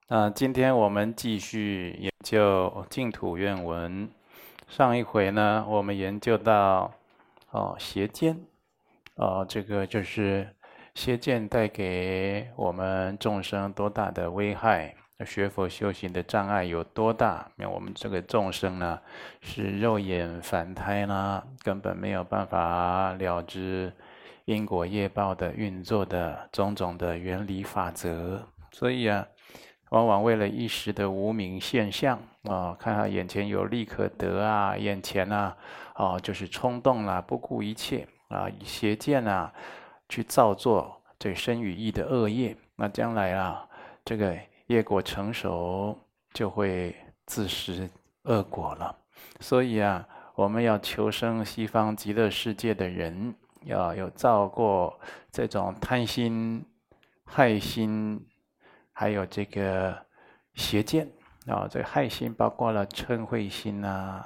今天我们继续研究净土愿文。上一回呢，我们研究到邪见，这个就是邪见带给我们众生多大的危害，学佛修行的障碍有多大？那我们这个众生呢，是肉眼凡胎啦，根本没有办法了知因果业报的运作的种种的原理法则，所以往往为了一时的无明现象看他眼前有利可得眼前就是冲动啦，不顾一切以邪见去造作这身语意的恶业，那将来这个业果成熟就会自食恶果了。所以我们要求生西方极乐世界的人，要有造过这种贪心、害心。还有这个邪见这个害心包括了嗔恚心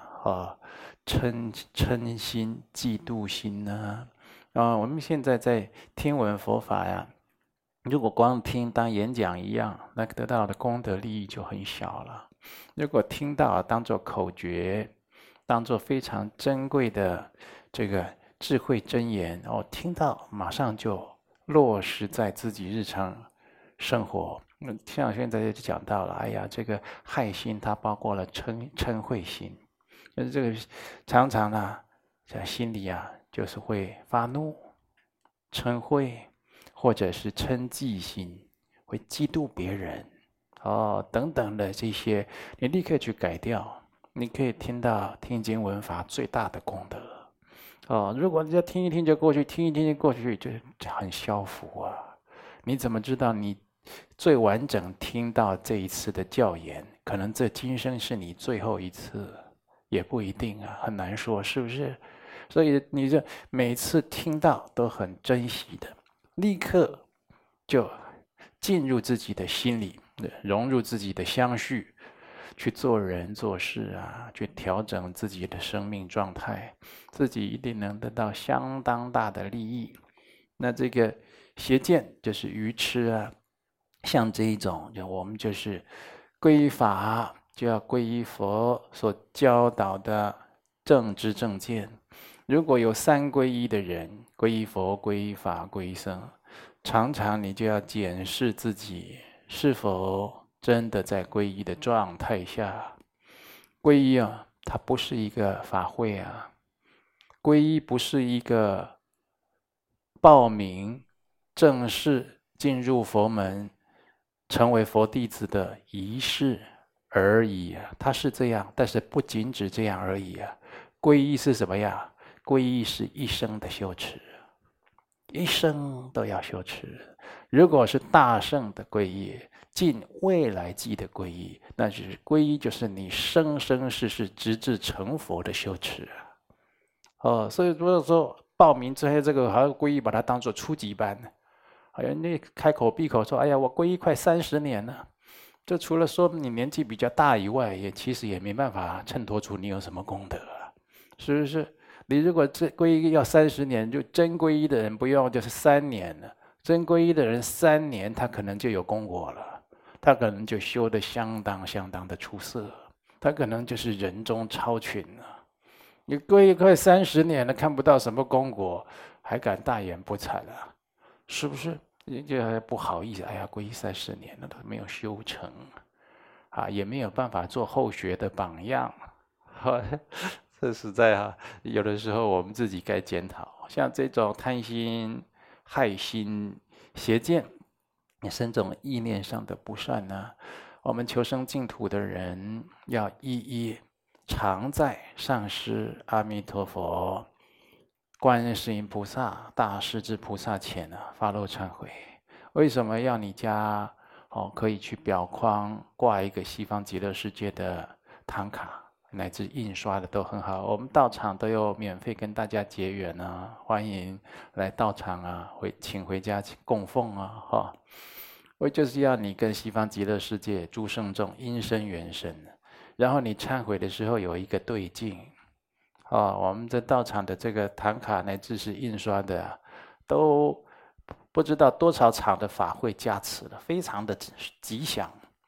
嗔心、嫉妒心我们现在在听闻佛法如果光听当演讲一样，那得到的功德利益就很小了。如果听到当做口诀，当做非常珍贵的这个智慧真言听到马上就落实在自己日常生活。像现在就讲到了，这个害心它包括了嗔恚心，就是这个常常在心里就是会发怒、嗔恚，或者是嗔忌心，会嫉妒别人等等的这些，你立刻去改掉，你可以听到听经闻法最大的功德如果你要听一听就过去，听一听就过去，就很消浮你怎么知道你最完整听到这一次的教言，可能这今生是你最后一次，也不一定很难说，是不是？所以你这每次听到都很珍惜的，立刻就进入自己的心里，融入自己的相续，去做人做事去调整自己的生命状态，自己一定能得到相当大的利益。那这个邪见就是愚痴像这一种，我们就是皈依法，就要皈依佛所教导的正知正见。如果有三皈依的人，皈依佛、皈依法、皈依僧，常常你就要检视自己是否真的在皈依的状态下。皈依它不是一个法会皈依不是一个报名正式进入佛门成为佛弟子的仪式而已它是这样，但是不仅止这样而已皈依是什么呀？皈依是一生的修持，一生都要修持。如果是大圣的皈依，尽未来际的皈依，那就是皈依，就是你生生世世直至成佛的修持所以如果说报名之后这个还要皈依，把它当做初级班呢，好像你开口闭口说，哎呀，我皈依快30年了。这除了说你年纪比较大以外，其实也没办法衬托出你有什么功德是不是？你如果这皈依要30年，就真皈依的人不用就是3年了。真皈依的人3年，他可能就有功果了，他可能就修得相当相当的出色，他可能就是人中超群了。你皈依快30年了，看不到什么功果，还敢大言不惭是不是？人家还不好意思，哎呀，皈依30年了都没有修成也没有办法做后学的榜样。这实在有的时候我们自己该检讨。像这种贪心、害心、邪见，生这种意念上的不善我们求生净土的人要一一常在上师阿弥陀佛、观世音菩萨、大势至菩萨前发露忏悔。为什么要你家可以去裱框挂一个西方极乐世界的唐卡，乃至印刷的都很好。我们道场都有免费跟大家结缘欢迎来道场请回家供奉我就是要你跟西方极乐世界诸圣众因身缘身，然后你忏悔的时候有一个对境我们这道场的这个唐卡乃至是印刷的都不知道多少场的法会加持了，非常的吉祥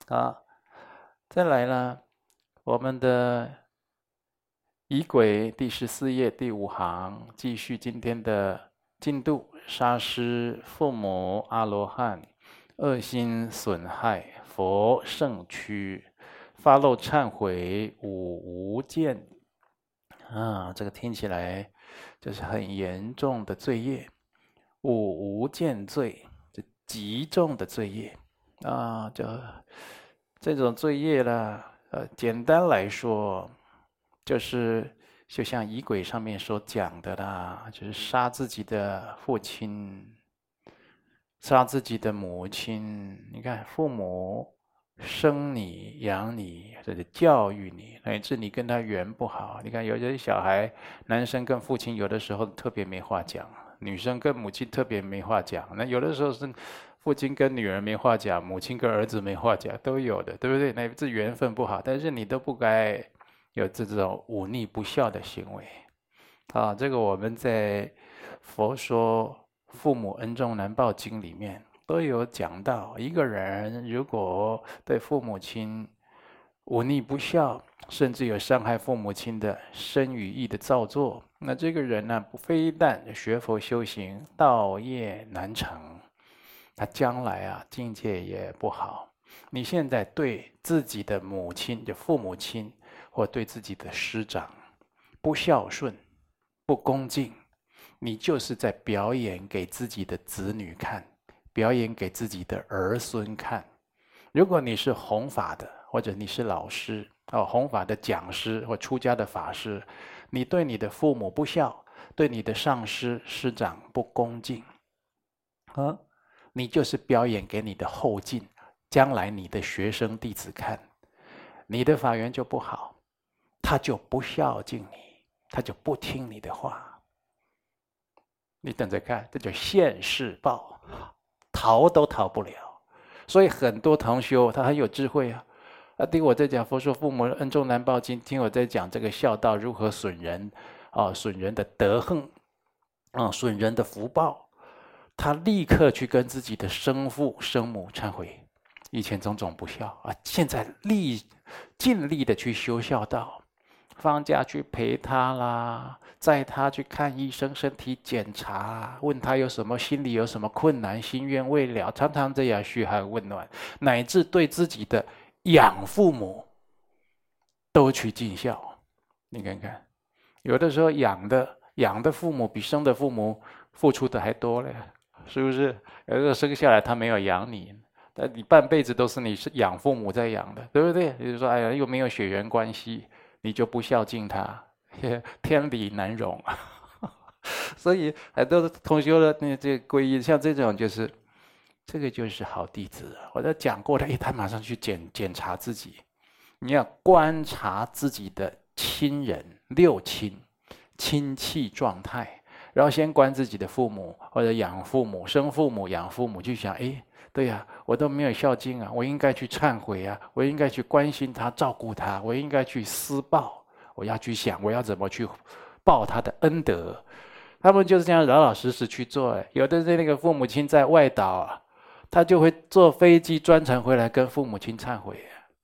啊。再来呢，我们的仪轨第14页第5行，继续今天的进度。杀失父母阿罗汉，恶心损害佛圣躯，发露忏悔五无间。这个听起来就是很严重的罪业，五无间罪，这极重的罪业就这种罪业呢，简单来说，就像仪轨上面所讲的啦，就是杀自己的父亲，杀自己的母亲。你看，父母生你、养你，这是教育你，乃至你跟他缘不好。你看，有些小孩，男生跟父亲有的时候特别没话讲，女生跟母亲特别没话讲。那有的时候是父亲跟女儿没话讲，母亲跟儿子没话讲，都有的，对不对？那这缘分不好，但是你都不该有这种忤逆不孝的行为这个我们在《佛说父母恩重难报经》里面都有讲到，一个人如果对父母亲忤逆不孝，甚至有伤害父母亲的身语意的造作，那这个人呢，非但学佛修行道业难成，他将来境界也不好。你现在对自己的母亲，就父母亲，或对自己的师长不孝顺、不恭敬，你就是在表演给自己的子女看，表演给自己的儿孙看。如果你是弘法的，或者你是老师弘法的讲师或出家的法师，你对你的父母不孝，对你的上师师长不恭敬你就是表演给你的后进，将来你的学生弟子看，你的法缘就不好，他就不孝敬你，他就不听你的话。你等着看，这叫现世报，逃都逃不了。所以很多同修他很有智慧听我在讲《佛说父母恩重难报经》，听我在讲这个孝道如何损人损人的德行损人的福报，他立刻去跟自己的生父生母忏悔以前种种不孝现在尽力的去修孝道，放假去陪他啦，载他去看医生，身体检查，问他有什么心里有什么困难，心愿未了，常常这样嘘寒问暖，乃至对自己的养父母都去尽孝。你看看，有的时候养的父母比生的父母付出的还多嘞，是不是？有的时候生下来他没有养你，但你半辈子都是你是养父母在养的，对不对？就是说，哎呀，又没有血缘关系，你就不孝敬他，天理难容。所以很多同修的这皈依，像这种这个就是好弟子。我都讲过了，他马上去检查自己，你要观察自己的亲人六亲戚状态，然后先观自己的父母或者养父母、生父母、养父母，就想，对呀，我都没有孝敬我应该去忏悔我应该去关心他、照顾他，我应该去施报，我要去想我要怎么去报他的恩德。他们就是这样老老实实去做。有的那个父母亲在外岛他就会坐飞机专程回来跟父母亲忏悔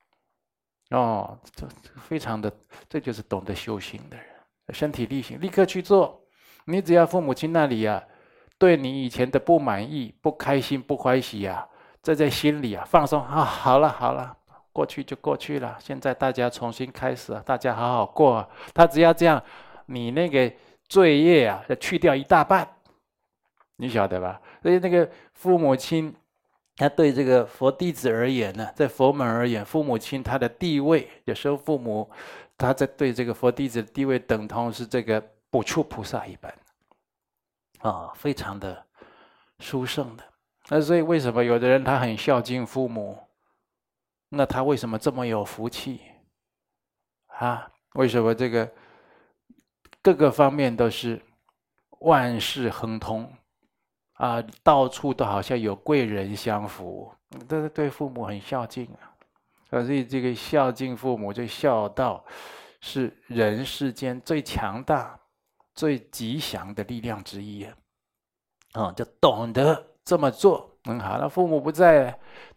这非常的，这就是懂得修行的人，身体力行，立刻去做。你只要父母亲那里对你以前的不满意、不开心、不欢喜在心里放松好了，过去就过去了，现在大家重新开始大家好好过他只要这样，你那个罪业去掉一大半，你晓得吧？所以那个父母亲，他对这个佛弟子而言呢，在佛门而言，父母亲他的地位，有时候父母他在对这个佛弟子的地位等同是这个补处菩萨一般非常的殊胜的。那所以为什么有的人他很孝敬父母，那他为什么这么有福气为什么这个各个方面都是万事亨通到处都好像有贵人相扶，这是对父母很孝敬所以这个孝敬父母，这孝道是人世间最强大、最吉祥的力量之一就懂得这么做好。那父母不在，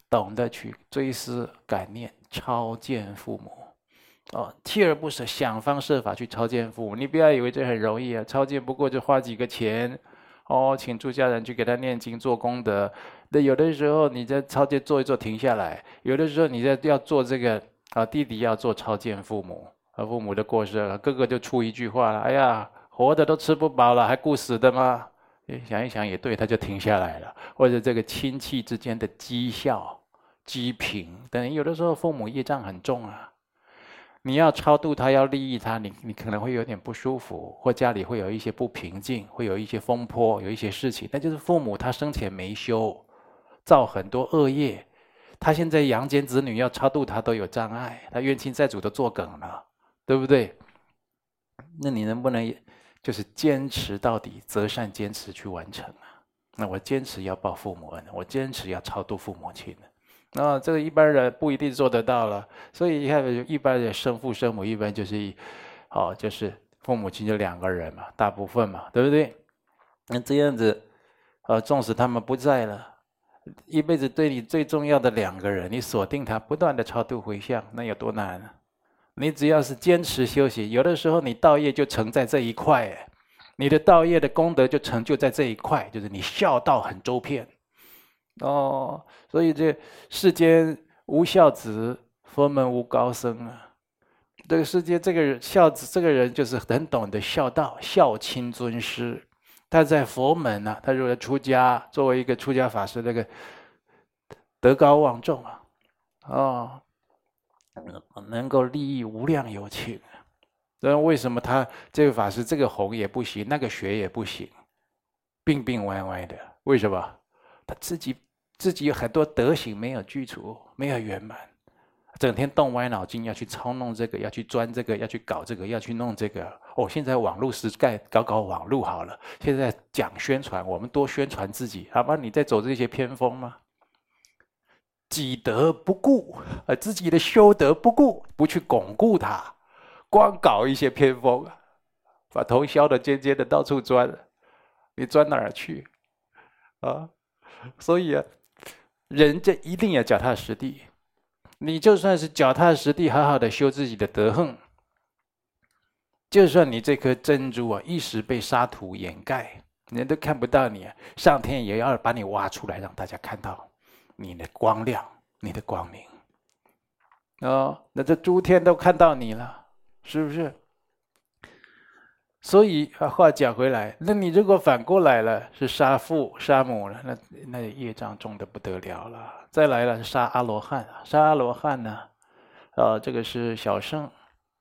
懂得去追思感念，超荐父母。锲而不舍，想方设法去超荐父母。你不要以为这很容易啊，超荐不过就花几个钱，请出家人去给他念经做功德。那有的时候你在超荐做一做停下来，有的时候你在要做这个弟弟要做超荐父母，父母的过世了，哥哥就出一句话了：哎呀，活的都吃不饱了，还顾死的吗？想一想也对，他就停下来了。或者这个亲戚之间的讥笑、讥评等，有的时候父母业障很重啊。你要超度他，要利益他，你可能会有点不舒服，或家里会有一些不平静，会有一些风波，有一些事情，那就是父母他生前没修，造很多恶业，他现在阳间子女要超度他都有障碍，他冤亲债主都作梗了，对不对？那你能不能就是坚持到底，择善坚持去完成啊？那我坚持要报父母恩，我坚持要超度父母亲。这个一般人不一定做得到了，所以你看，一般的生父生母一般就是就是父母亲就2个人嘛，大部分嘛，对不对？那这样子，纵使他们不在了，一辈子对你最重要的2个人，你锁定他，不断的超度回向，那有多难啊？你只要是坚持修行，有的时候你道业就成在这一块，你的道业的功德就成就在这一块，就是你孝道很周遍。所以这世间无孝子，佛门无高僧啊。这个世界这个人孝子这个人就是很懂得孝道，孝亲尊师。他在佛门啊，他如果出家，作为一个出家法师，那个德高望重啊，能够利益无量有情。那为什么他这个法师这个红也不行，那个学也不行，病病歪歪的？为什么？他自己有很多德行没有具足，没有圆满，整天动歪脑筋，要去操弄这个，要去钻这个，要去搞这个，要去弄这个。现在网络时代，搞网络好了。现在讲宣传，我们多宣传自己，好吧？你在走这些偏锋吗？己德不顾，自己的修德不顾，不去巩固它，光搞一些偏锋，把头削得尖尖的，到处钻，你钻哪儿去啊？所以人这一定要脚踏实地。你就算是脚踏实地，好好的修自己的德行，就算你这颗珍珠一时被沙土掩盖，人都看不到你，上天也要把你挖出来，让大家看到你的光亮，你的光明。那这诸天都看到你了，是不是？所以话讲回来，那你如果反过来了，是杀父杀母了，那业障重得不得了了。再来了，杀阿罗汉，杀阿罗汉呢？这个是小圣，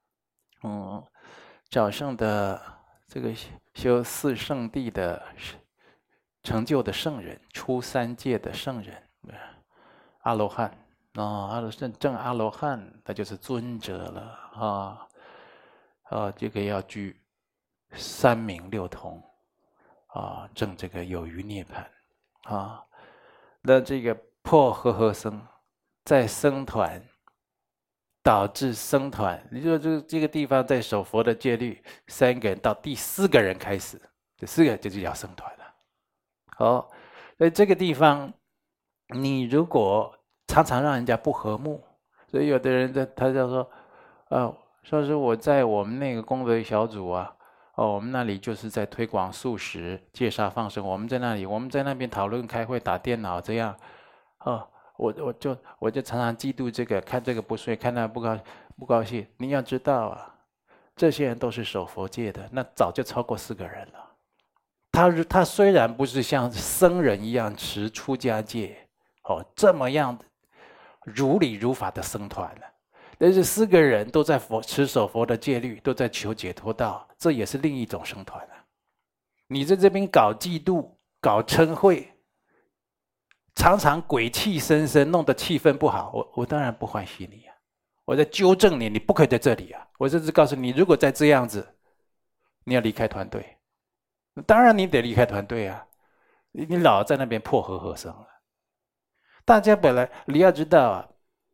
小圣的这个修4圣地的成就的圣人，出3界的圣人，阿罗汉正阿罗汉，他就是尊者了这个要具3明6通证这个有余涅槃那这个破和合僧在僧团导致僧团，你说这个地方在守佛的戒律，3个人到第4个人开始，这4个就叫僧团了。所以这个地方，你如果常常让人家不和睦，所以有的人他就说，说是我在我们那个功德小组我们那里就是在推广素食、戒杀放生，我们在那边讨论、开会、打电脑这样，我就常常嫉妒这个，看这个不顺，看那不高兴。你要知道这些人都是守佛戒的，那早就超过4个人了。他虽然不是像僧人一样持出家戒，这么样如理如法的僧团了，但是4个人都在持守佛的戒律，都在求解脱道，这也是另一种僧团你在这边搞嫉妒、搞嗔恚。常常鬼气森森，弄得气氛不好，我当然不欢喜你我在纠正你，你不可以在这里我甚至告诉你，如果再这样子，你要离开团队。当然你得离开团队你老在那边破和合僧了。大家本来你要知道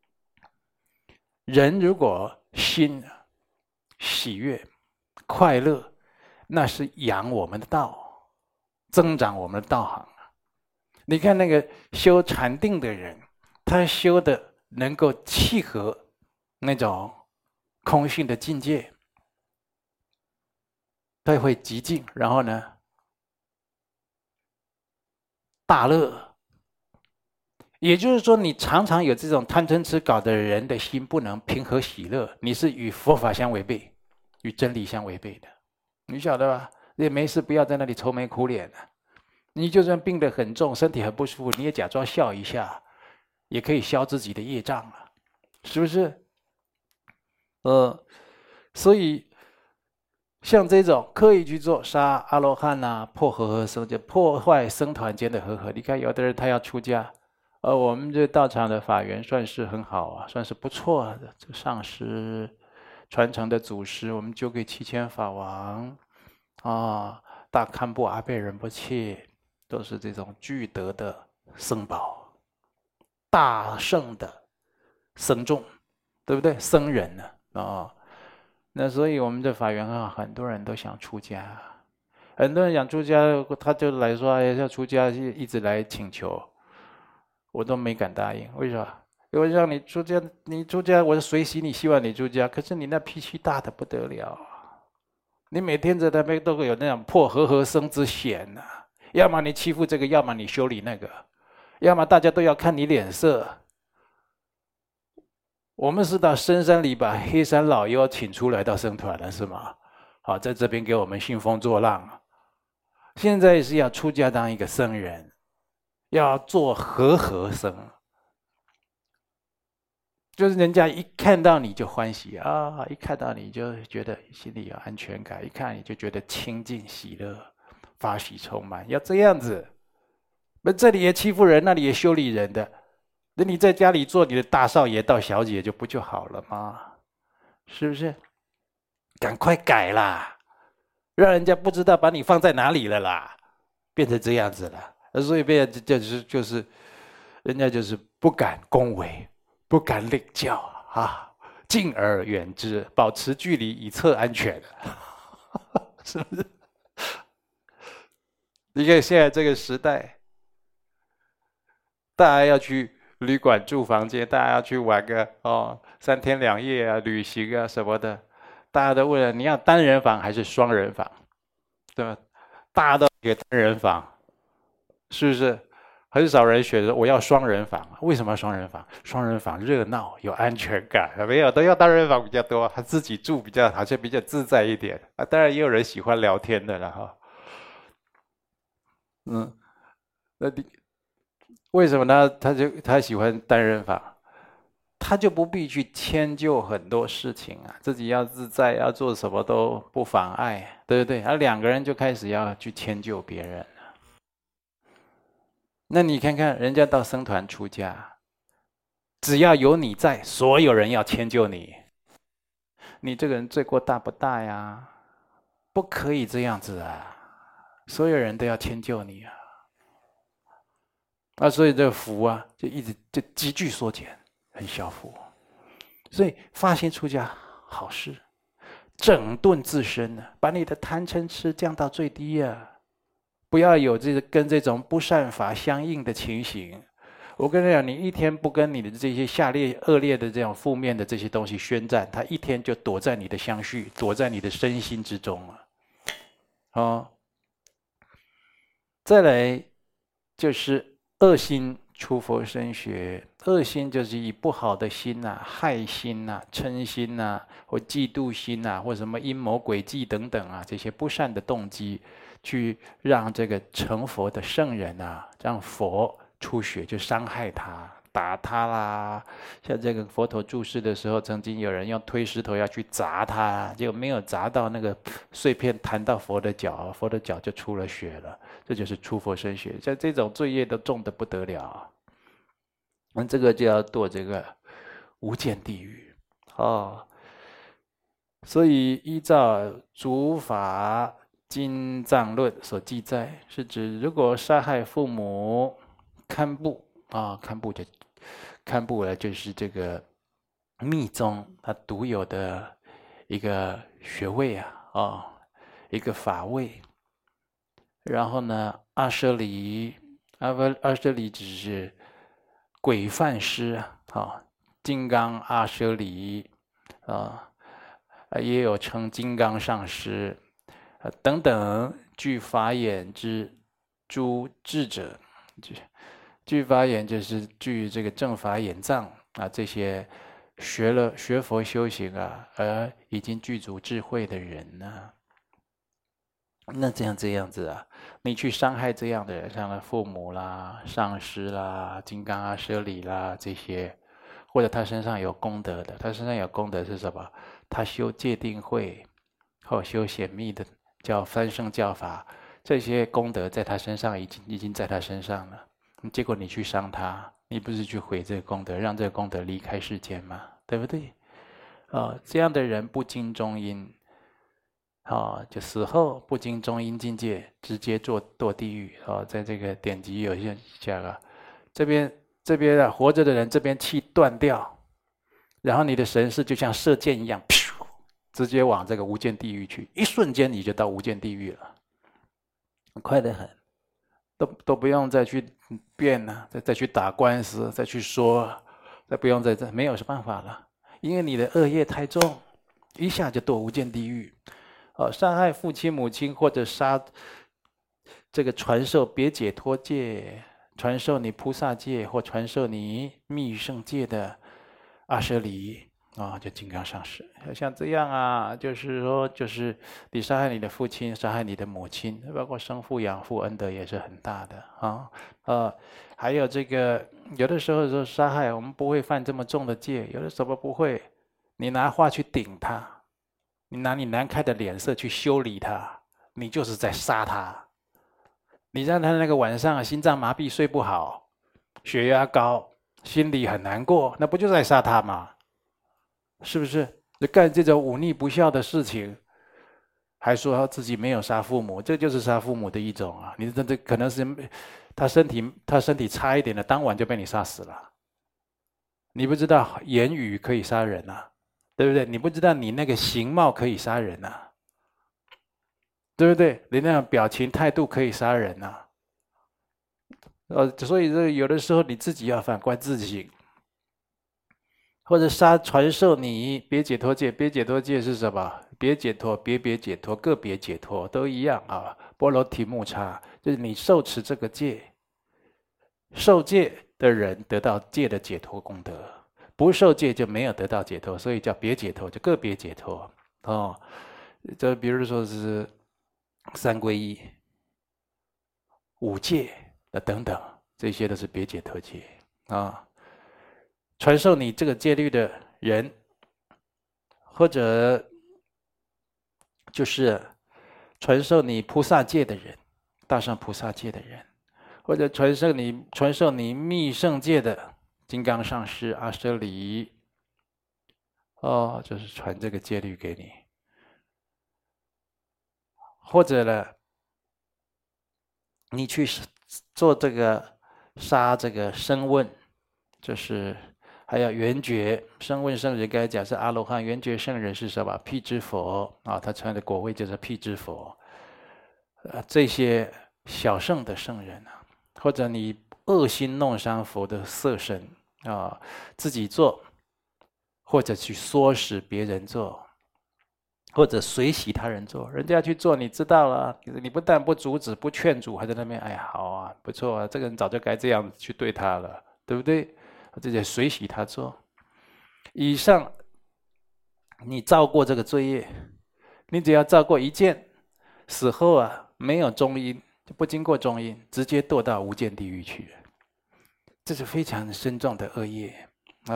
人如果心喜悦、快乐，那是养我们的道，增长我们的道行。你看那个修禅定的人， 他修的能够契合那种空性的境界，他会极静，然后呢，大乐。也就是说，你常常有这种贪嗔痴搞的人的心不能平和喜乐，你是与佛法相违背，与真理相违背的，你晓得吧？也没事，不要在那里愁眉苦脸的。你就算病得很重，身体很不舒服，你也假装笑一下，也可以消自己的业障啊，是不是？所以像这种刻意去做杀阿罗汉啊，破和合僧，就破坏僧团间的和合。你看，有的人他要出家，我们这道场的法缘算是很好啊，算是不错的。这上师传承的祖师，我们就给7000法王啊，大堪布阿倍仁波切，都是这种具德的僧宝，大圣的僧众，对不对？僧人呢那所以我们的法缘啊，很多人都想出家，很多人想出家，他就来说，哎，要出家，一直来请求，我都没敢答应。为什么？因为让你出家，你出家，我随喜你，希望你出家，可是你那脾气大的不得了，你每天在那边都会有那种破和合僧之嫌呐、要么你欺负这个，要么你修理那个，要么大家都要看你脸色。我们是到深山里把黑山老妖请出来到僧团了，是吗？好，在这边给我们兴风作浪。现在是要出家当一个僧人，要做和合僧，就是人家一看到你就欢喜啊，一看到你就觉得心里有安全感，一看你就觉得清净喜乐，法喜充满，要这样子。那这里也欺负人，那里也修理人的，那你在家里做你的大少爷、大小姐就好了吗？是不是？赶快改啦，让人家不知道把你放在哪里了啦，变成这样子了，所以变就是人家就是不敢恭维，不敢领教啊，敬而远之，保持距离以测安全，是不是？你看现在这个时代，大家要去旅馆住房间，大家要去玩个3天2夜啊，旅行啊什么的，大家都问了，你要单人房还是双人房，对吧？大家都选单人房，是不是？很少人选择我要双人房，为什么要双人房？双人房热闹有安全感，没有都要单人房比较多，他自己住好像比较自在一点啊。当然也有人喜欢聊天的了哈，嗯，那你为什么呢？他喜欢单人房，他就不必去迁就很多事情啊，自己要自在，要做什么都不妨碍，对不对？而两个人就开始要去迁就别人。那你看看人家到僧团出家，只要有你在，所有人要迁就你，你这个人罪过大不大呀？不可以这样子啊！所有人都要迁就你啊！所以这个福啊，就一直就急剧缩减，很小福。所以发心出家好事，整顿自身呢，把你的贪嗔痴降到最低啊！不要有跟这种不善法相应的情形。我跟你讲，你一天不跟你的这些下列恶劣的这样负面的这些东西宣战，它一天就躲在你的相续，躲在你的身心之中了。再来就是恶心出佛身学，恶心就是以不好的心呐、害心呐、嗔心呐，或嫉妒心呐，或什么阴谋诡计等等啊，这些不善的动机，去让这个成佛的圣人啊，让佛出血，就伤害他。打他啦，像这个佛陀住世的时候，曾经有人用推石头要去砸他，结果没有砸到那个碎片弹到佛的脚，佛的脚就出了血了。这就是出佛身血，像这种罪业都重的不得了。那这个就要堕这个无间地狱所以依照诸法经藏论所记载，是指如果杀害父母，堪布堪布呢，就是这个密宗它独有的一个学位一个法位。然后呢，阿舍离只是鬼犯师金刚阿舍离也有称金刚上师等等，具法眼之诸智者，具法眼就是具这个正法眼藏这些学佛修行而已经具足智慧的人呢。那这样子你去伤害这样的人，像了父母啦、上师啦、金刚阿舍离啦这些，或者他身上有功德的，他身上有功德是什么？他修戒定慧或修显密的叫三圣教法，这些功德在他身上已经在他身上了。结果你去伤他，你不是去毁这个功德，让这个功德离开世间吗？对不对？这样的人不经中阴。就死后不经中阴境界，直接堕地狱。在这个典籍有些讲这边活着的人这边气断掉，然后你的神识就像射箭一样，直接往这个无间地狱去，一瞬间你就到无间地狱了，快得很，都不用再去辩了，再去打官司，再去说，再不用没有办法了，因为你的恶业太重，一下就堕无间地狱。杀害父亲母亲，或者这个传授别解脱戒，传授你菩萨戒，或传授你密圣戒的阿舍离就金刚上师。像这样就是说，就是你杀害你的父亲，杀害你的母亲，包括生父养父，恩德也是很大的还有这个有的时候说杀害，我们不会犯这么重的戒，有的时候不会，你拿话去顶他。你拿你难看的脸色去修理他，你就是在杀他。你让他那个晚上心脏麻痹睡不好，血压高，心里很难过，那不就在杀他吗？是不是？就干这种忤逆不孝的事情，还说自己没有杀父母，这就是杀父母的一种你这可能是他身体差一点的，当晚就被你杀死了。你不知道言语可以杀人对不对？你不知道你那个形貌可以杀人对不对？你那种表情态度可以杀人所以这有的时候你自己要反观自己，或者传授你别解脱戒。别解脱戒是什么？别解脱、别解脱、个别解脱都一样波罗提木叉就是你受持这个戒，受戒的人得到戒的解脱功德。不受戒就没有得到解脱，所以叫别解脱，就个别解脱这比如说是三皈依、五戒等等，这些都是别解脱戒传授你这个戒律的人，或者就是传授你菩萨戒的人，大乘菩萨戒的人，或者传授你密圣戒的金刚上师阿舍离就是传这个戒律给你，或者呢，你去做这个杀这个声闻，就是还有缘觉声闻圣人，刚才讲是阿罗汉，缘觉圣人是什么？辟支佛他传的果位就是辟支佛，这些小圣的圣人或者你恶心弄伤佛的色身自己做，或者去唆使别人做，或者随喜他人做，人家去做你知道了，你不但不阻止不劝阻，还在那边哎呀好不错这个人早就该这样去对他了，对不对？这些随喜他做。以上你造过这个罪业，你只要造过一件，死后没有中阴，就不经过中阴，直接堕到无间地狱去，这是非常深重的恶业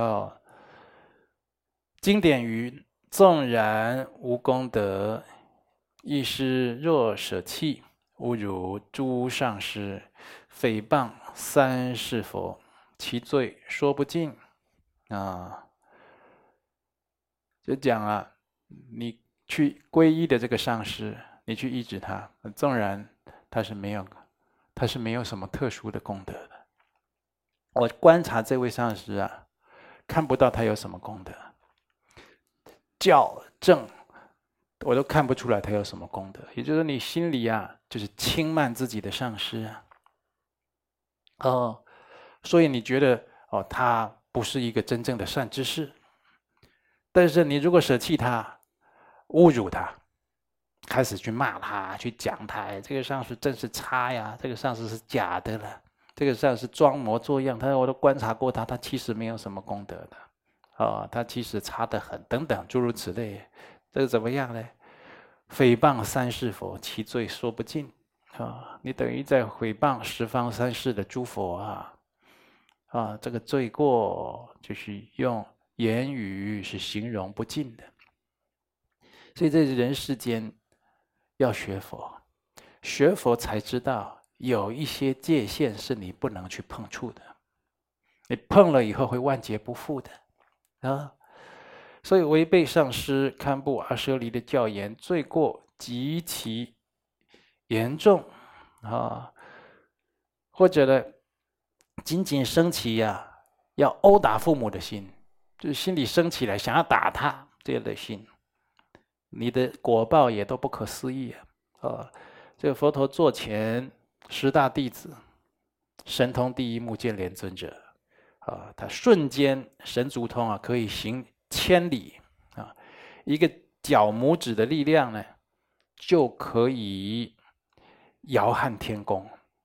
经典云：纵然无功德，亦是若舍弃，侮辱诸上师，诽谤三世佛，其罪说不尽就讲你去皈依的这个上师，你去依止他，纵然他是没有什么特殊的功德的。我观察这位上师看不到他有什么功德，教正我都看不出来他有什么功德。也就是说，你心里就是轻慢自己的上师所以你觉得他不是一个真正的善知识。但是你如果舍弃他，侮辱他，开始去骂他，去讲他，哎，这个上师真是差呀，这个上师是假的了，这个上师装模作样，我都观察过他，他其实没有什么功德的，他其实差得很，等等诸如此类，这个怎么样呢？诽谤三世佛，其罪说不尽你等于在诽谤十方三世的诸佛这个罪过就是用言语是形容不尽的。所以在人世间要学佛，学佛才知道有一些界限是你不能去碰触的，你碰了以后会万劫不复的所以违背上师堪布阿舍离的教言，罪过极其严重或者呢，仅仅升起要殴打父母的心，就是心里升起来想要打他这样的心，你的果报也都不可思议这个佛陀座前10大弟子，神通第一目犍连尊者他瞬间神足通可以行千里一个脚拇指的力量呢，就可以摇撼天宫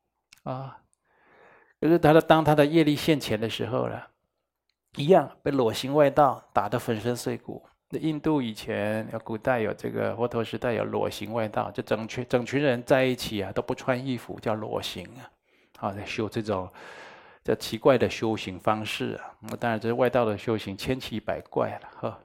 可是当他的业力现前的时候呢，一样被裸行外道打得粉身碎骨。印度以前古代有这个佛陀时代有裸行外道，就整群人在一起都不穿衣服，叫裸行在修这种叫奇怪的修行方式当然这是外道的修行千奇百怪了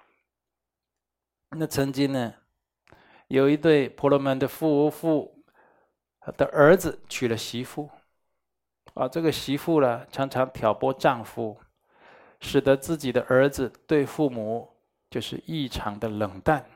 那曾经呢，有一对婆罗门的夫妇的儿子娶了媳妇这个媳妇呢常常挑拨丈夫，使得自己的儿子对父母就是异常的冷淡，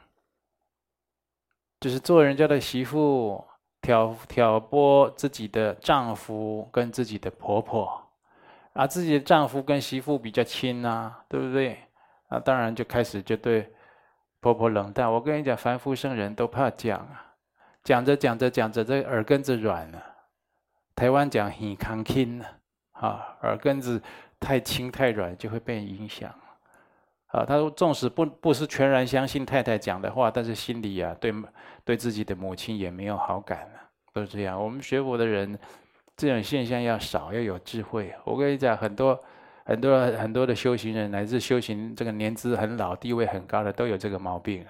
就是做人家的媳妇挑拨自己的丈夫跟自己的婆婆自己的丈夫跟媳妇比较亲对不对当然就开始就对婆婆冷淡。我跟你讲，凡夫圣人都怕讲讲着讲着讲着，这耳根子软了。台湾讲耳康轻耳根子太轻太软就会被影响他说纵使不是全然相信太太讲的话，但是心里对自己的母亲也没有好感都是这样。我们学佛的人这种现象要少，要有智慧。我跟你讲，很多的修行人，乃至修行这个年资很老、地位很高的，都有这个毛病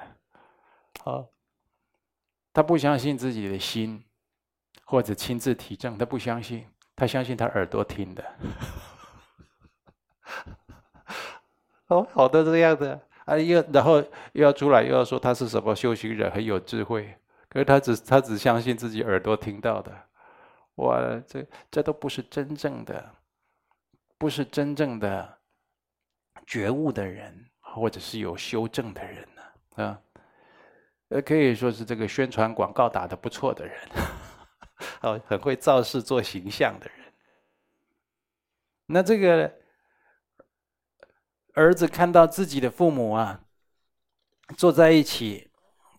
他不相信自己的心，或者亲自体证，他不相信，他相信他耳朵听的。好的这样的然后又要出来又要说他是什么修行人，很有智慧，可是他只相信自己耳朵听到的。哇，这都不是真正的觉悟的人，或者是有修正的人可以说是这个宣传广告打得不错的人很会造势做形象的人。那这个儿子看到自己的父母坐在一起，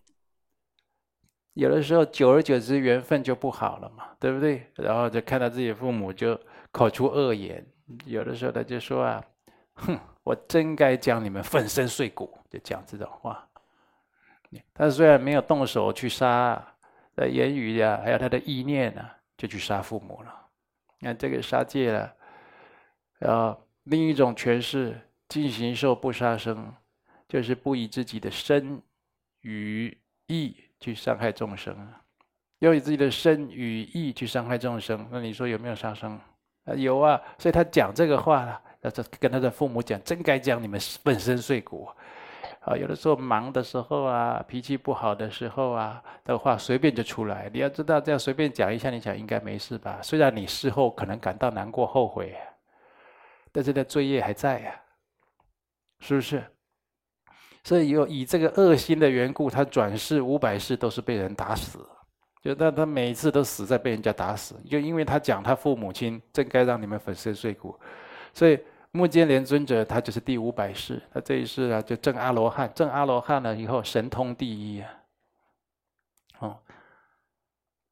有的时候久而久之缘分就不好了嘛，对不对？然后就看到自己的父母就口出恶言，有的时候他就说哼，我真该将你们粉身碎骨，就讲这种话。他虽然没有动手去杀言语还有他的意念就去杀父母了。那这个杀戒另一种诠释尽形寿不杀生，就是不以自己的身语意去伤害众生要以自己的身语意去伤害众生，那你说有没有杀生有所以他讲这个话跟他的父母讲，真该将你们粉身碎骨有的时候忙的时候脾气不好的时候的话随便就出来。你要知道，这样随便讲一下，你想应该没事吧？虽然你事后可能感到难过后悔但是那罪业还在是不是？所以以这个恶心的缘故，他转世500世都是被人打死，就他每一次都死在被人家打死，就因为他讲他父母亲真该让你们粉身碎骨。所以目犍连尊者他就是第500世，他这一世就证阿罗汉，证阿罗汉了以后神通第一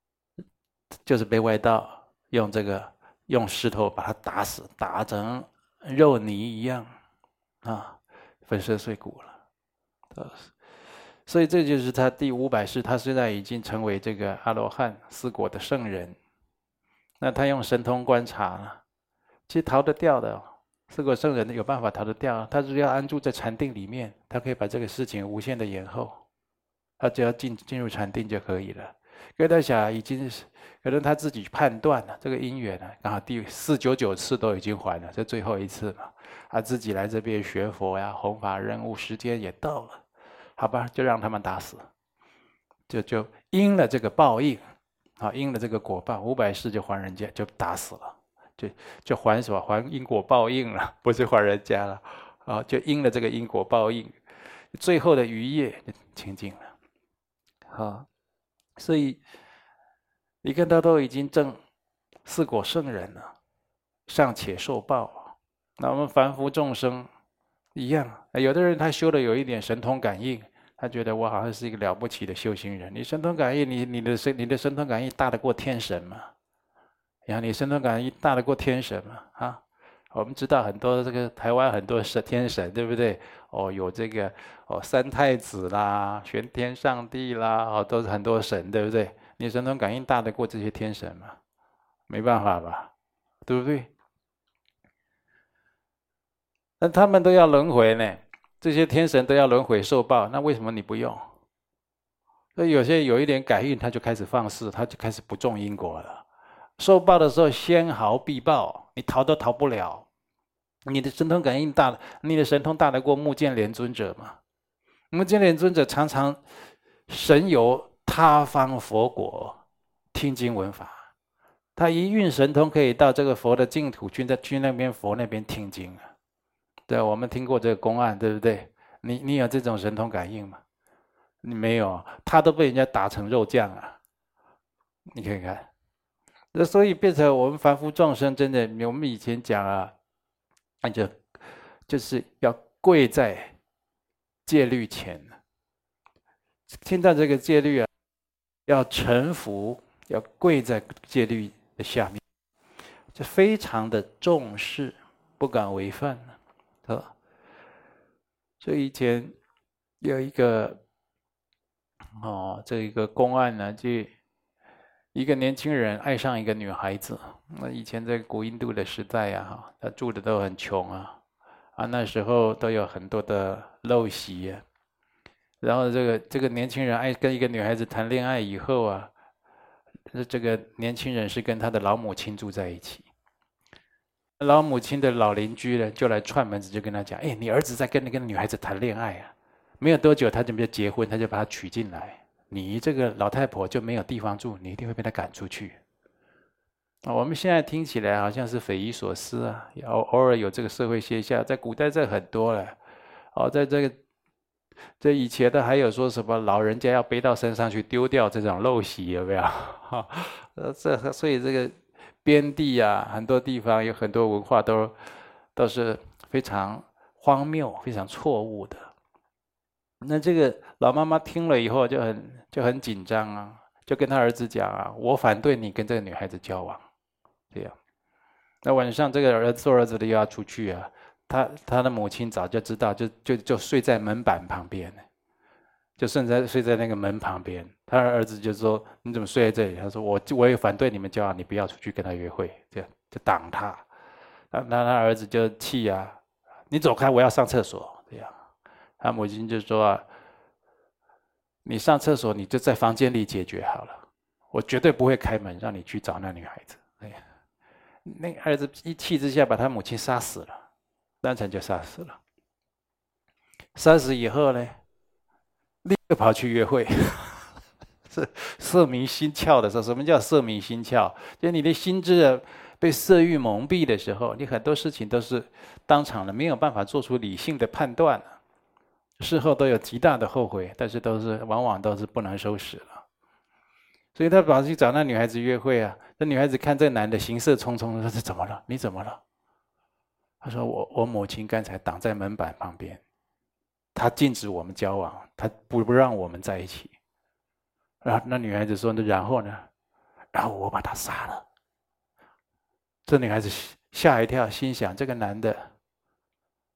就是被外道用石头把他打死，打成肉泥一样啊，粉身碎骨了。所以这就是他第500世，他现在已经成为这个阿罗汉四果的圣人。那他用神通观察了，其实逃得掉的。四果圣人有办法逃得掉，他只要安住在禅定里面，他可以把这个事情无限的延后，他只要进入禅定就可以了。因为他想已经是可能他自己判断了这个因缘呢，刚好第499次都已经还了，这最后一次嘛，他自己来这边学佛呀，弘法任务时间也到了，好吧，就让他们打死，就应了这个报应，啊，应了这个果报，500世就还人家，就打死了。就还什么？还因果报应了，不是还人家了，啊，就应了这个因果报应，最后的余业清净了，好，所以你看他都已经证四果圣人了，尚且受报，那我们凡夫众生一样，有的人他修的有一点神通感应，他觉得我好像是一个了不起的修行人，你神通感应，你的神通感应大得过天神吗？然后你神通感应大得过天神嘛？啊，我们知道很多这个台湾很多天神，对不对？哦，有这个三太子啦、玄天上帝啦，哦，都是很多神，对不对？你神通感应大得过这些天神吗？没办法吧，对不对？那他们都要轮回呢，这些天神都要轮回受报，那为什么你不用？所以有些有一点感应，他就开始放肆，他就开始不种因果了。受报的时候，先毫必报，你逃都逃不了。你的神通感应大，你的神通大得过目犍连尊者吗？目犍连尊者常常神游他方佛国，听经闻法。他一运神通可以到这个佛的净土去那边佛那边听经啊。对，我们听过这个公案，对不对？你有这种神通感应吗？你没有，他都被人家打成肉酱啊！你看看。那所以变成我们凡夫众生，真的，我们以前讲啊，那就是要跪在戒律前，听到这个戒律啊，要臣服，要跪在戒律的下面，就非常的重视，不敢违犯啊。所以以前有一个这一个公案呢，就一个年轻人爱上一个女孩子。那以前在古印度的时代呀，他住的都很穷啊，那时候都有很多的陋习啊。然后这个年轻人爱跟一个女孩子谈恋爱以后啊，这个年轻人是跟他的老母亲住在一起。老母亲的老邻居呢，就来串门子，就跟他讲：“哎，你儿子在跟那个女孩子谈恋爱啊！”没有多久，他就没有结婚，他就把她娶进来。你这个老太婆就没有地方住，你一定会被他赶出去。我们现在听起来好像是匪夷所思啊，偶尔有这个社会现象，在古代这很多了。在这以前的还有说什么老人家要背到山上去丢掉这种陋习，有没有？所以这个边地啊，很多地方有很多文化都是非常荒谬、非常错误的。那这个老妈妈听了以后就很紧张啊，就跟他儿子讲啊：“我反对你跟这个女孩子交往。”这样，那晚上这个做儿子的又要出去啊，他的母亲早就知道，就睡在门板旁边，就睡在那个门旁边。他的儿子就说：“你怎么睡在这里？”他说：“我也反对你们交往，你不要出去跟他约会。”这样就挡他。那他儿子就气啊：“你走开，我要上厕所。”这样。他母亲就说啊：“你上厕所你就在房间里解决好了，我绝对不会开门让你去找那女孩子。”哎呀，那儿子一气之下把他母亲杀死了，当场就杀死了。杀死以后呢，立刻跑去约会。是色迷心窍的时候，什么叫色迷心窍？就你的心智啊被色欲蒙蔽的时候，你很多事情都是当场的，没有办法做出理性的判断，事后都有极大的后悔，但是往往都是不能收拾了。所以他跑去找那女孩子约会啊，那女孩子看这男的行色匆匆，说：“这怎么了？你怎么了？”他说：“我母亲刚才挡在门板旁边，她禁止我们交往，她不让我们在一起。”然后那女孩子说：“那然后呢？”然后我把她杀了。这女孩子吓一跳，心想：这个男的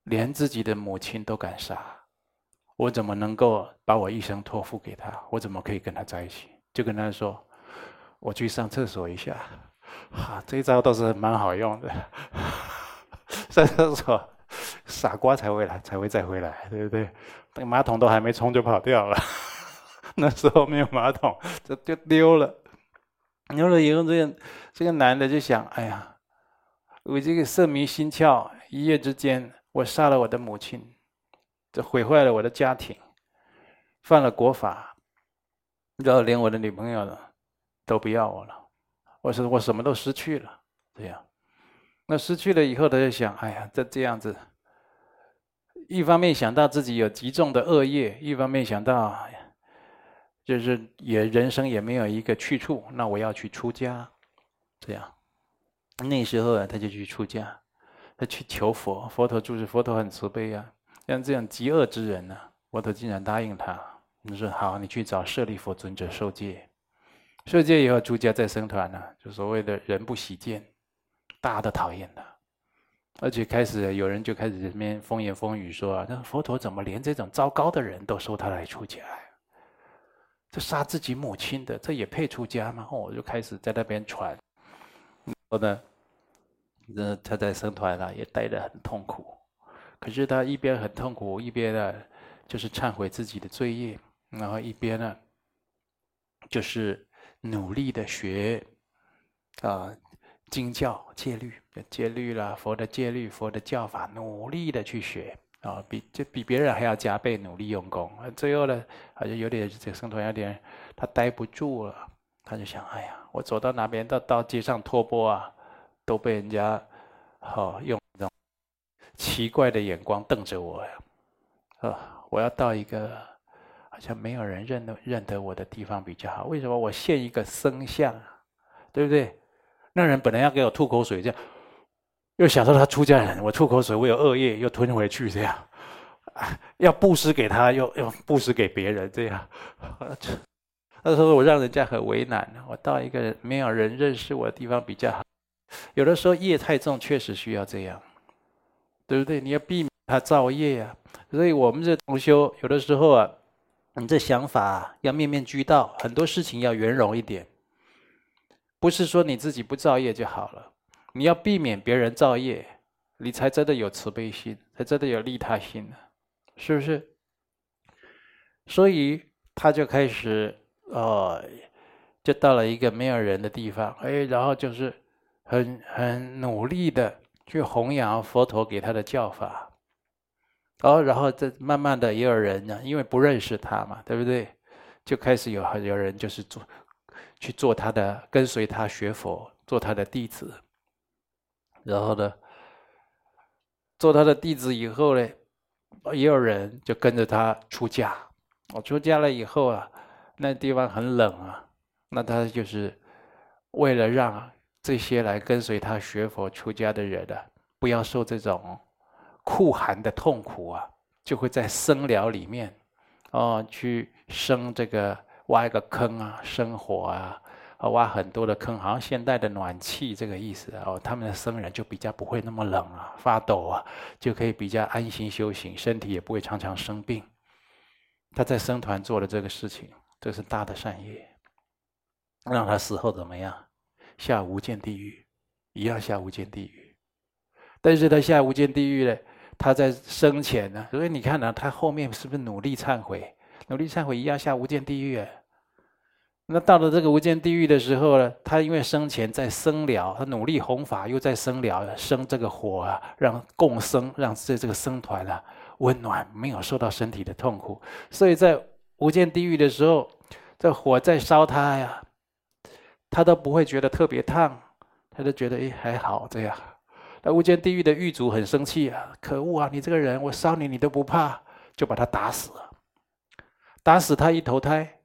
连自己的母亲都敢杀，我怎么能够把我一生托付给他？我怎么可以跟他在一起？就跟他说，我去上厕所一下。这一招倒是蛮好用的。上厕所，傻瓜才会再回来，对不对？那个马桶都还没冲就跑掉了。那时候没有马桶，就溜了。溜了以后，这个男的就想：哎呀，我这个色迷心窍，一夜之间我杀了我的母亲，这毁坏了我的家庭，犯了国法，然后连我的女朋友呢都不要我了，我什么都失去了。这样，那失去了以后，他就想：哎呀，这样子，一方面想到自己有极重的恶业，一方面想到就是人生也没有一个去处，那我要去出家。这样，那时候啊，他就去出家，他去求佛。佛陀住世，佛陀很慈悲啊，像这样极恶之人呢，佛陀竟然答应他。你说好，你去找舍利弗尊者受戒。受戒以后，出家再生团呢，就所谓的人不喜见，大家都讨厌他。而且开始有人就开始这边风言风语说啊，那佛陀怎么连这种糟糕的人都收他来出家呀？这杀自己母亲的，这也配出家吗？我就开始在那边传。然后呢，他在僧团啊也待得很痛苦。可是他一边很痛苦，一边呢就是忏悔自己的罪业，然后一边呢就是努力的学经教戒律啦，佛的戒律、佛的教法，努力的去学比别人还要加倍努力用功。最后呢，好像有点这个僧团有点他待不住了，他就想：哎呀，我走到哪边到街上托钵啊，都被人家用这种奇怪的眼光瞪着我呀。我要到一个好像没有人认得我的地方比较好。为什么我现一个僧相啊？对不对？那人本来要给我吐口水，这样又想到他出家人，我吐口水，我有恶业又吞回去，这样要布施给他，又布施给别人，这样。那时候我让人家很为难。我到一个没有人认识我的地方比较好。有的时候业太重，确实需要这样，对不对？你要避免他造业啊。所以我们这同修有的时候啊，你这想法要面面俱到，很多事情要圆融一点。不是说你自己不造业就好了，你要避免别人造业，你才真的有慈悲心，才真的有利他心，是不是？所以他就开始就到了一个没有人的地方，然后就是很努力的去弘扬佛陀给他的教法，然后这慢慢的也有人呢，因为不认识他嘛，对不对？就开始有人就是去做他的，跟随他学佛，做他的弟子。然后呢，做他的弟子以后呢，也有人就跟着他出家。出家了以后啊，那地方很冷啊，那他就是为了让这些来跟随他学佛出家的人啊，不要受这种酷寒的痛苦啊，就会在僧寮里面去生这个挖一个坑啊，生火啊，挖很多的坑，好像现代的暖气这个意思他们的僧人就比较不会那么冷啊，发抖啊，就可以比较安心修行，身体也不会常常生病。他在僧团做的这个事情，这是大的善业，让他死后怎么样？下无间地狱，一样下无间地狱。但是他下无间地狱呢，他在生前呢，所以你看他后面是不是努力忏悔？努力忏悔一样下无间地狱。那到了这个无间地狱的时候呢，他因为生前在僧寮，他努力弘法，又在僧寮生这个火啊，让共生，让这个僧团啊温暖，没有受到身体的痛苦。所以在无间地狱的时候，这火在烧他呀，他都不会觉得特别烫，他就觉得还好这样。那无间地狱的狱卒很生气啊，可恶啊，你这个人，我烧你都不怕，就把他打死了。打死他一投胎，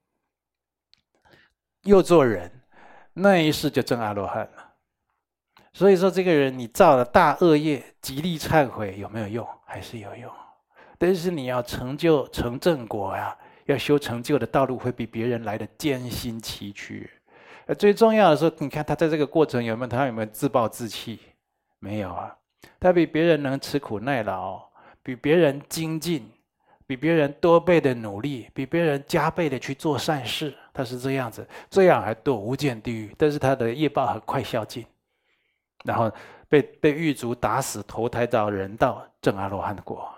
又做人，那一世就证阿罗汉了。所以说，这个人你造了大恶业，极力忏悔有没有用？还是有用。但是你要成就成正果呀，要修成就的道路会比别人来的艰辛崎岖。最重要的是，你看他在这个过程有没有自暴自弃？没有啊，他比别人能吃苦耐劳， 比别人精进，比别人多倍的努力，比别人加倍的去做善事，他是这样子，这样还堕无间地狱，但是他的业报很快消尽，然后被狱卒打死，投胎到人道，证阿罗汉果。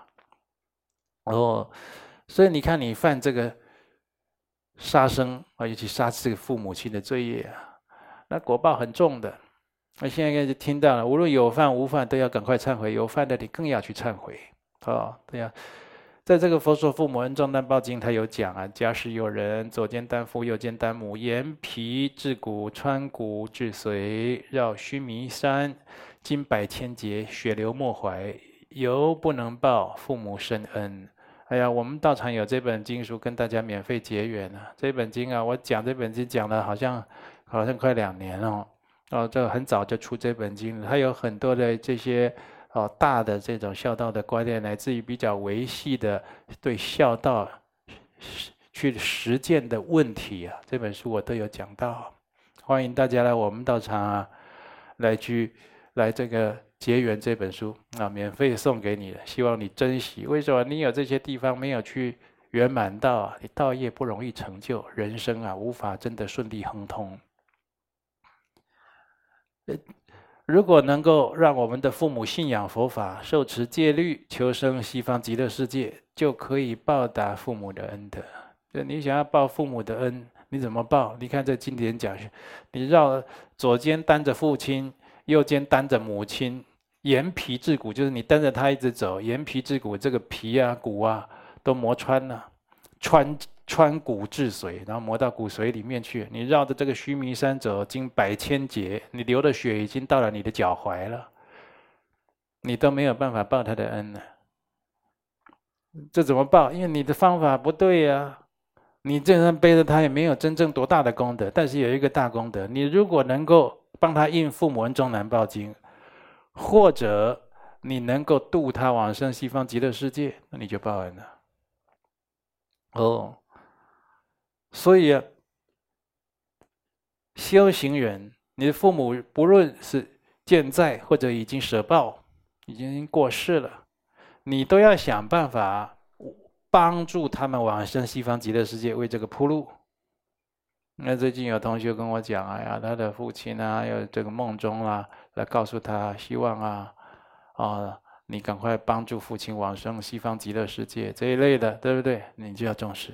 所以你看，你犯这个杀生啊，尤其杀这个父母亲的罪业啊，那果报很重的。那现在就听到了，无论有犯无犯，都要赶快忏悔；有犯的，你更要去忏悔。对呀。在这个《佛说父母恩重担报经》，他有讲啊，假使有人左肩担父，右肩担母，沿皮至骨，穿骨至髓，绕须弥山，经百千劫，血流莫怀，犹不能报父母深恩。哎呀，我们道场有这本经书，跟大家免费结缘啊。这本经啊，我讲这本经讲了好像快2年了。这很早就出这本经了，它有很多的这些大的这种孝道的观念，乃至于比较维系的对孝道去实践的问题啊，这本书我都有讲到。欢迎大家来我们道场啊，来这个结缘这本书啊，免费送给你的，希望你珍惜。为什么？你有这些地方没有去圆满道啊，你道业不容易成就，人生啊无法真的顺利亨通。如果能够让我们的父母信仰佛法，受持戒律，求生西方极乐世界，就可以报答父母的恩德。就你想要报父母的恩，你怎么报？你看这经典讲，你绕左肩担着父亲，右肩担着母亲，沿皮至骨，就是你担着他一直走，沿皮至骨，这个皮啊骨啊都磨穿了，穿骨至髓，然后磨到骨髓里面去。你绕着这个须弥山走，经百千劫，你流的血已经到了你的脚踝了，你都没有办法报他的恩呢。这怎么报？因为你的方法不对呀。你这样背着他也没有真正多大的功德，但是有一个大功德，你如果能够帮他印父母恩重难报经，或者你能够度他往生西方极乐世界，那你就报恩了。所以啊，修行人，你的父母不论是健在或者已经舍报，已经过世了，你都要想办法帮助他们往生西方极乐世界，为这个铺路。那最近有同学跟我讲，哎呀，他的父亲啊，有这个梦中啊，来告诉他，希望你赶快帮助父亲往生西方极乐世界这一类的，对不对？你就要重视。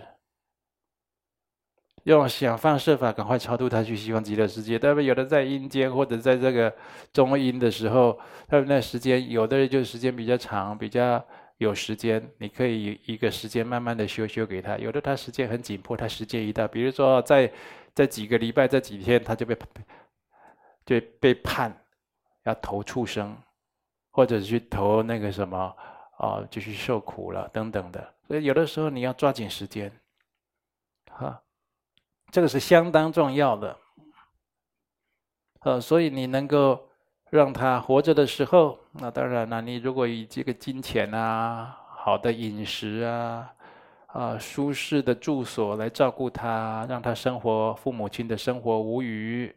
用想方设法赶快超度他去西方极乐世界。对不对？有的在阴间或者在这个中阴的时候，他们那时间，有的人就时间比较长，比较有时间，你可以一个时间慢慢的修给他。有的他时间很紧迫，他时间一到，比如说在几个礼拜、这几天，他就被判要投畜生，或者去投那个什么就去受苦了等等的。所以有的时候你要抓紧时间，这个是相当重要的。所以你能够让他活着的时候，那当然了，你如果以这个金钱啊、好的饮食啊、舒适的住所来照顾他，让他父母亲的生活无虞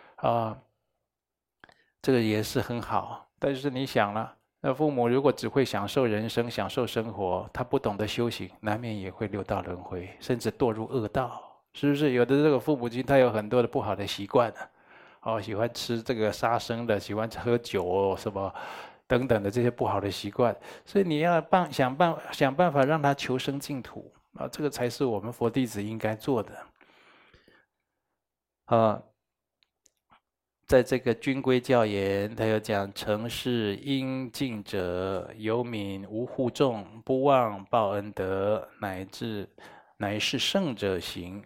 这个也是很好。但是你想了，那父母如果只会享受人生、享受生活，他不懂得修行，难免也会六道轮回，甚至堕入恶道。是不是？有的这个父母亲他有很多的不好的习惯喜欢吃这个杀生的，喜欢喝酒什么等等的这些不好的习惯，所以你要想办法让他求生净土这个才是我们佛弟子应该做的在这个军规教言，他有讲：成事应尽者，有敏无护众，不忘报恩德，乃是圣者行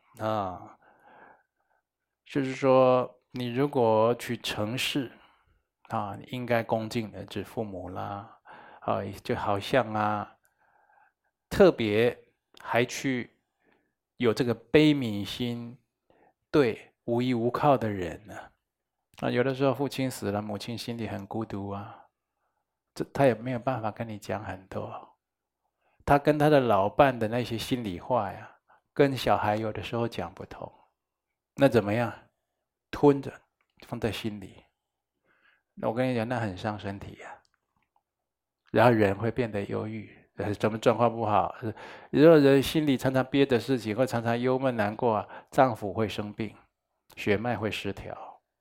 就是说，你如果去成事应该恭敬的指父母啦就好像特别还去有这个悲悯心对无依无靠的人有的时候父亲死了，母亲心里很孤独他也没有办法跟你讲很多，他跟他的老伴的那些心里话呀，跟小孩有的时候讲不通，那怎么样？吞着，放在心里。那我跟你讲，那很伤身体然后人会变得忧郁。什么状况不好？如果人心里常常憋的事情，或常常忧闷难过啊，脏腑会生病，血脉会失调，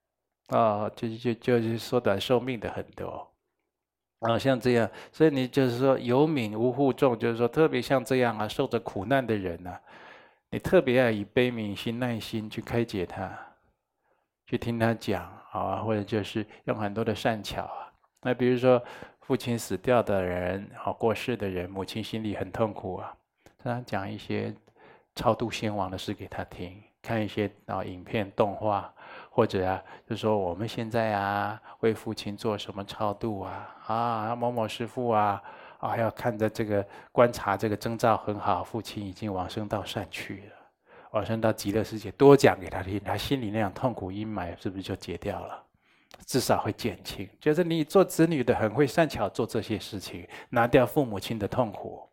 就是缩短寿命的很多。像这样，所以你就是说有悯无护众，就是说特别像这样啊，受着苦难的人啊，你特别要以悲悯心、耐心去开解他，去听他讲啊，或者就是用很多的善巧啊。那比如说父亲死掉的人，过世的人，母亲心里很痛苦啊，他讲一些超度先亡的事给他听，看一些影片、动画。或者啊，就说我们现在啊，为父亲做什么超度啊，某某师父啊，要看着这个观察这个征兆很好，父亲已经往生到善去了，往生到极乐世界，多讲给他听，他心里那样痛苦阴霾是不是就解掉了？至少会减轻。就是你做子女的很会善巧做这些事情，拿掉父母亲的痛苦。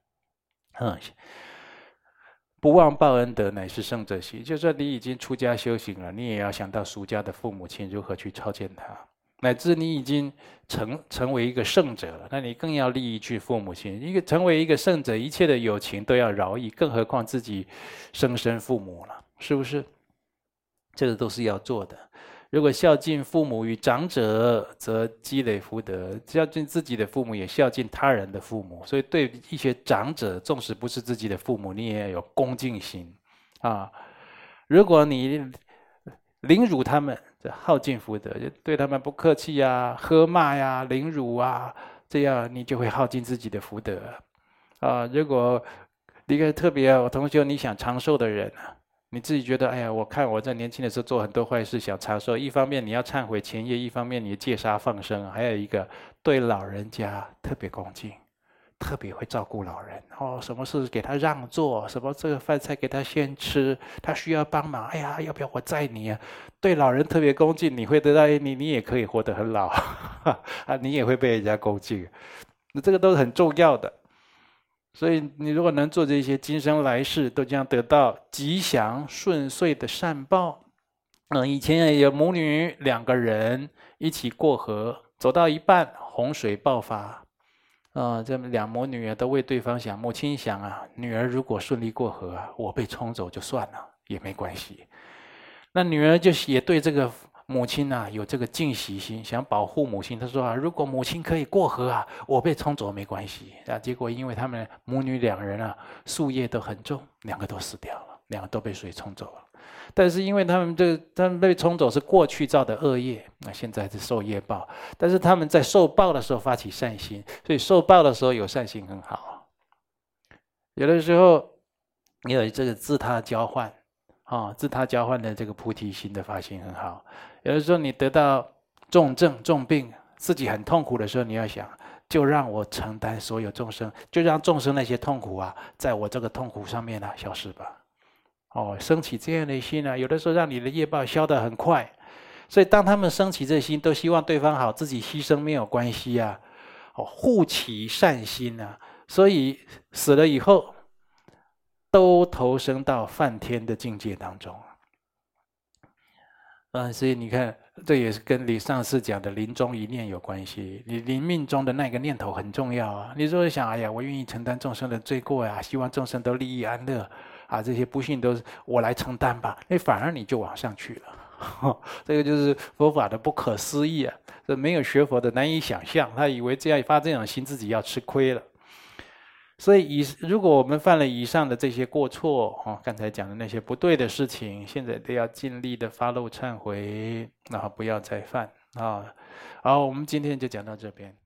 不忘报恩德，乃是圣者行。就算你已经出家修行了，你也要想到俗家的父母亲如何去超荐他，乃至你已经成为一个圣者了，那你更要利益去父母亲。成为一个圣者，一切的友情都要饶益，更何况自己生身父母了，是不是？这个都是要做的。如果孝敬父母与长者，则积累福德；孝敬自己的父母，也孝敬他人的父母。所以，对一些长者，纵使不是自己的父母，你也要有恭敬心啊。如果你凌辱他们，这耗尽福德；对他们不客气呀、喝骂呀、凌辱啊，这样你就会耗尽自己的福德啊。如果一个特别，我同学，你想长寿的人啊。你自己觉得，哎呀，我看我在年轻的时候做很多坏事，想长寿。一方面你要忏悔前业，一方面你戒杀放生，还有一个对老人家特别恭敬，特别会照顾老人。什么事给他让座，什么这个饭菜给他先吃，他需要帮忙，哎呀，要不要我载你啊？对老人特别恭敬，你会得到你也可以活得很老你也会被人家恭敬。那这个都是很重要的。所以，你如果能做这些，今生来世都将得到吉祥顺遂的善报。以前有母女2个人一起过河，走到一半，洪水爆发。这2母女都为对方想，母亲想啊，女儿如果顺利过河我被冲走就算了，也没关系。那女儿就也对这个母亲有这个敬惜心，想保护母亲。他说如果母亲可以过河我被冲走没关系结果因为他们母女2人宿业都很重，2个都死掉了，2个都被水冲走了。但是因为他们被冲走是过去造的恶业，那现在是受业报。但是他们在受报的时候发起善心，所以受报的时候有善心很好。有的时候也有这个自他交换自他交换的这个菩提心的发心很好。有的时候你得到重症重病，自己很痛苦的时候，你要想，就让我承担所有众生，就让众生那些痛苦在我这个痛苦上面消失吧。升起这样的心有的时候让你的业报消得很快。所以当他们升起这心，都希望对方好，自己牺牲没有关系护起善心所以死了以后都投生到梵天的境界当中。所以你看，这也是跟你上次讲的临终一念有关系。你临命中的那个念头很重要你如果想，哎呀，我愿意承担众生的罪过希望众生都利益安乐这些不幸都是我来承担吧，那反而你就往上去了。这个就是佛法的不可思议这没有学佛的难以想象，他以为这样发这种心自己要吃亏了。所以如果我们犯了以上的这些过错刚才讲的那些不对的事情，现在都要尽力的发露忏悔不要再犯好，我们今天就讲到这边。